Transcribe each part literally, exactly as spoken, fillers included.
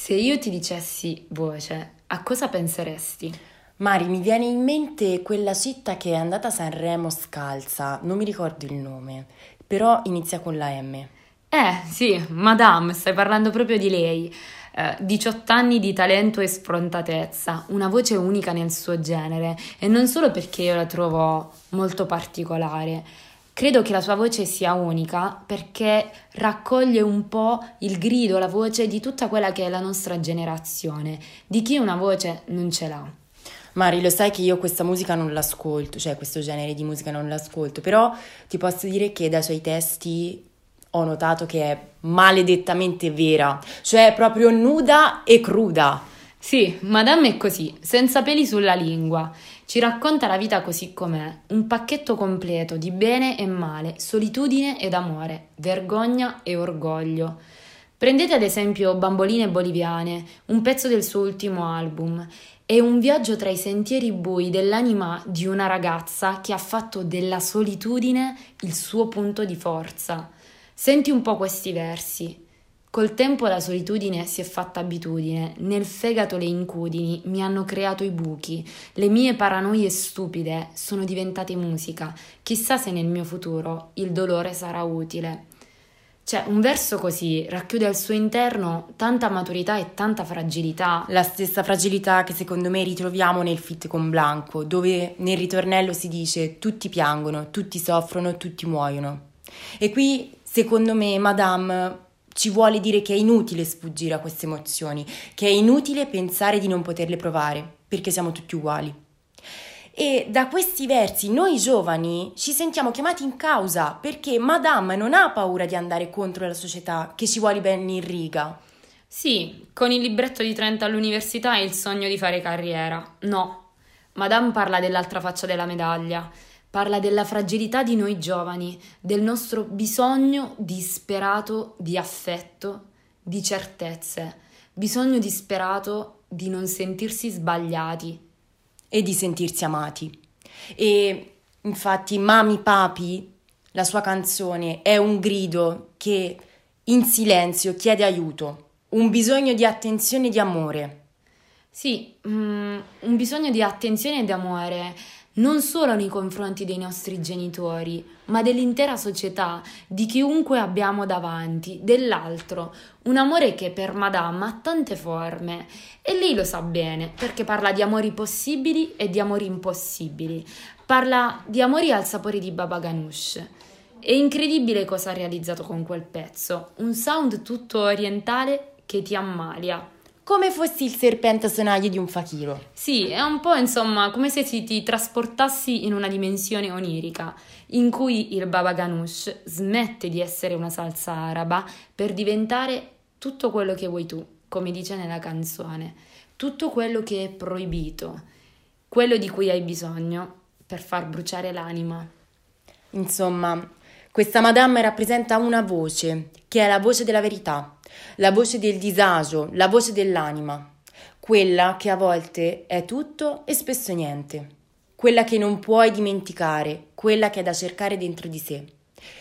Se io ti dicessi voce, a cosa penseresti? Mari, mi viene in mente quella città che è andata a Sanremo scalza, non mi ricordo il nome, però inizia con la M. Eh, sì, Madame, stai parlando proprio di lei. Eh, diciotto anni di talento e sfrontatezza, una voce unica nel suo genere, e non solo perché io la trovo molto particolare. Credo che la sua voce sia unica perché raccoglie un po' il grido, la voce di tutta quella che è la nostra generazione, di chi una voce non ce l'ha. Mari, lo sai che io questa musica non l'ascolto, cioè questo genere di musica non l'ascolto, però ti posso dire che dai suoi testi ho notato che è maledettamente vera, cioè proprio nuda e cruda. Sì, Madame è così, senza peli sulla lingua. Ci racconta la vita così com'è, un pacchetto completo di bene e male, solitudine ed amore, vergogna e orgoglio. Prendete ad esempio Bamboline Boliviane, un pezzo del suo ultimo album. È un viaggio tra i sentieri bui dell'anima di una ragazza che ha fatto della solitudine il suo punto di forza. Senti un po' questi versi. Col tempo la solitudine si è fatta abitudine, nel fegato le incudini mi hanno creato i buchi, le mie paranoie stupide sono diventate musica, chissà se nel mio futuro il dolore sarà utile. Cioè, un verso così racchiude al suo interno tanta maturità e tanta fragilità. La stessa fragilità che secondo me ritroviamo nel feat con Blanco, dove nel ritornello si dice tutti piangono, tutti soffrono, tutti muoiono. E qui, secondo me, Madame ci vuole dire che è inutile sfuggire a queste emozioni, che è inutile pensare di non poterle provare, perché siamo tutti uguali. E da questi versi noi giovani ci sentiamo chiamati in causa, perché Madame non ha paura di andare contro la società che ci vuole bene in riga. Sì, con il libretto di trenta all'università e il sogno di fare carriera. No, Madame parla dell'altra faccia della medaglia. Parla della fragilità di noi giovani, del nostro bisogno disperato di affetto, di certezze, bisogno disperato di non sentirsi sbagliati. E di sentirsi amati. E infatti Mami Papi, la sua canzone, è un grido che in silenzio chiede aiuto, un bisogno di attenzione e di amore. Sì, mm, un bisogno di attenzione e di amore non solo nei confronti dei nostri genitori, ma dell'intera società, di chiunque abbiamo davanti, dell'altro. Un amore che per Madame ha tante forme e lei lo sa bene perché parla di amori possibili e di amori impossibili. Parla di amori al sapore di Baba Ganoush. È incredibile cosa ha realizzato con quel pezzo, un sound tutto orientale che ti ammalia. Come fossi il serpente a sonagli di un fakiro. Sì, è un po' insomma come se ti, ti trasportassi in una dimensione onirica, in cui il Baba Ganoush smette di essere una salsa araba per diventare tutto quello che vuoi tu, come dice nella canzone, tutto quello che è proibito, quello di cui hai bisogno per far bruciare l'anima. Insomma, questa Madame rappresenta una voce, che è la voce della verità, la voce del disagio, la voce dell'anima, quella che a volte è tutto e spesso niente, quella che non puoi dimenticare, quella che è da cercare dentro di sé.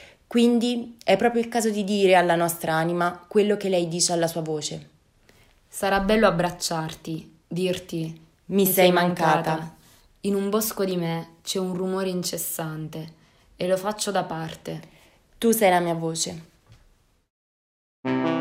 Quindi è proprio il caso di dire alla nostra anima quello che lei dice alla sua voce. Sarà bello abbracciarti, dirti Mi sei mancata. In un bosco di me c'è un rumore incessante e lo faccio da parte. Tu sei la mia voce.